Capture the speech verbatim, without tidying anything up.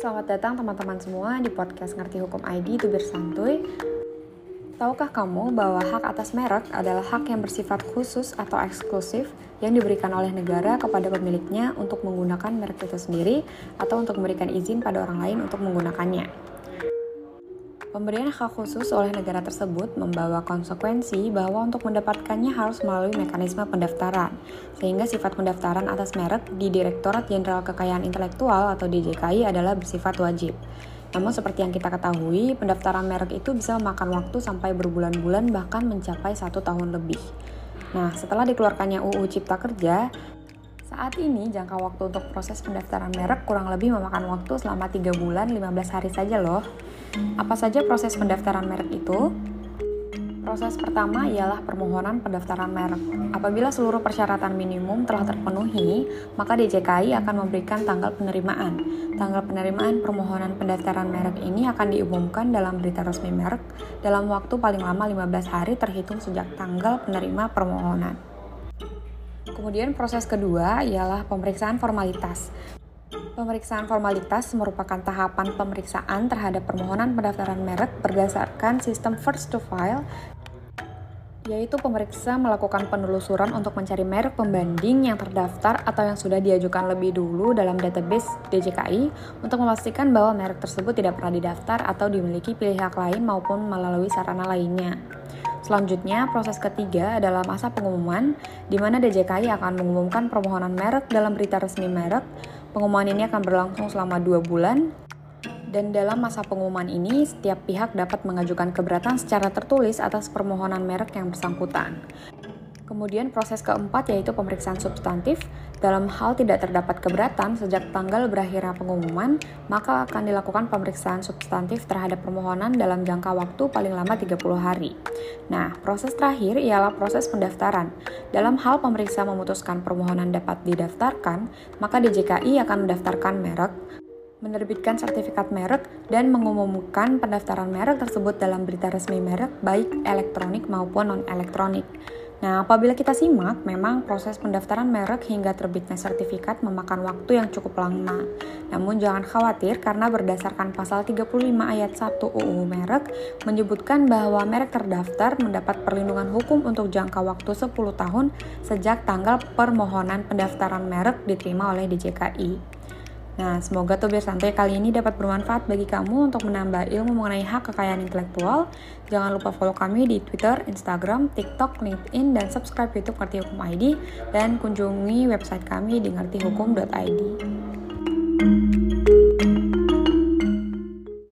selamat datang teman-teman semua di podcast Ngerti Hukum I D Tubir Santuy. Tahukah kamu bahwa hak atas merek adalah hak yang bersifat khusus atau eksklusif yang diberikan oleh negara kepada pemiliknya untuk menggunakan merek itu sendiri atau untuk memberikan izin pada orang lain untuk menggunakannya. Pemberian hak khusus oleh negara tersebut membawa konsekuensi bahwa untuk mendapatkannya harus melalui mekanisme pendaftaran, sehingga sifat pendaftaran atas merek di Direktorat Jenderal Kekayaan Intelektual atau D J K I adalah bersifat wajib. Namun seperti yang kita ketahui, pendaftaran merek itu bisa memakan waktu sampai berbulan-bulan bahkan mencapai satu tahun lebih. Nah, setelah dikeluarkannya U U Cipta Kerja, saat ini jangka waktu untuk proses pendaftaran merek kurang lebih memakan waktu selama tiga bulan lima belas hari saja loh. Apa saja proses pendaftaran merek itu? Proses pertama ialah permohonan pendaftaran merek. Apabila seluruh persyaratan minimum telah terpenuhi, maka D J K I akan memberikan tanggal penerimaan. Tanggal penerimaan permohonan pendaftaran merek ini akan diumumkan dalam berita resmi merek dalam waktu paling lama lima belas hari terhitung sejak tanggal penerima permohonan. Kemudian proses kedua ialah pemeriksaan formalitas. Pemeriksaan formalitas merupakan tahapan pemeriksaan terhadap permohonan pendaftaran merek berdasarkan sistem first to file, yaitu pemeriksa melakukan penelusuran untuk mencari merek pembanding yang terdaftar atau yang sudah diajukan lebih dulu dalam database D J K I untuk memastikan bahwa merek tersebut tidak pernah didaftar atau dimiliki pihak lain maupun melalui sarana lainnya. Selanjutnya, proses ketiga adalah masa pengumuman, di mana D J K I akan mengumumkan permohonan merek dalam berita resmi merek. Pengumuman ini akan berlangsung selama dua bulan, dan dalam masa pengumuman ini, setiap pihak dapat mengajukan keberatan secara tertulis atas permohonan merek yang bersangkutan. Kemudian proses keempat yaitu pemeriksaan substantif. Dalam hal tidak terdapat keberatan sejak tanggal berakhirnya pengumuman, maka akan dilakukan pemeriksaan substantif terhadap permohonan dalam jangka waktu paling lama tiga puluh hari. Nah, proses terakhir ialah proses pendaftaran. Dalam hal pemeriksa memutuskan permohonan dapat didaftarkan, maka D J K I akan mendaftarkan merek, menerbitkan sertifikat merek, dan mengumumkan pendaftaran merek tersebut dalam berita resmi merek baik elektronik maupun non-elektronik. Nah, apabila kita simak, memang proses pendaftaran merek hingga terbitnya sertifikat memakan waktu yang cukup lama. Namun jangan khawatir karena berdasarkan pasal tiga puluh lima ayat satu U U merek menyebutkan bahwa merek terdaftar mendapat perlindungan hukum untuk jangka waktu sepuluh tahun sejak tanggal permohonan pendaftaran merek diterima oleh D J K I. Nah, semoga Tubir Santuy kali ini dapat bermanfaat bagi kamu untuk menambah ilmu mengenai hak kekayaan intelektual. Jangan lupa follow kami di Twitter, Instagram, TikTok, LinkedIn, dan subscribe YouTube Ngerti Hukum I D, dan kunjungi website kami di ngerti hukum dot I D.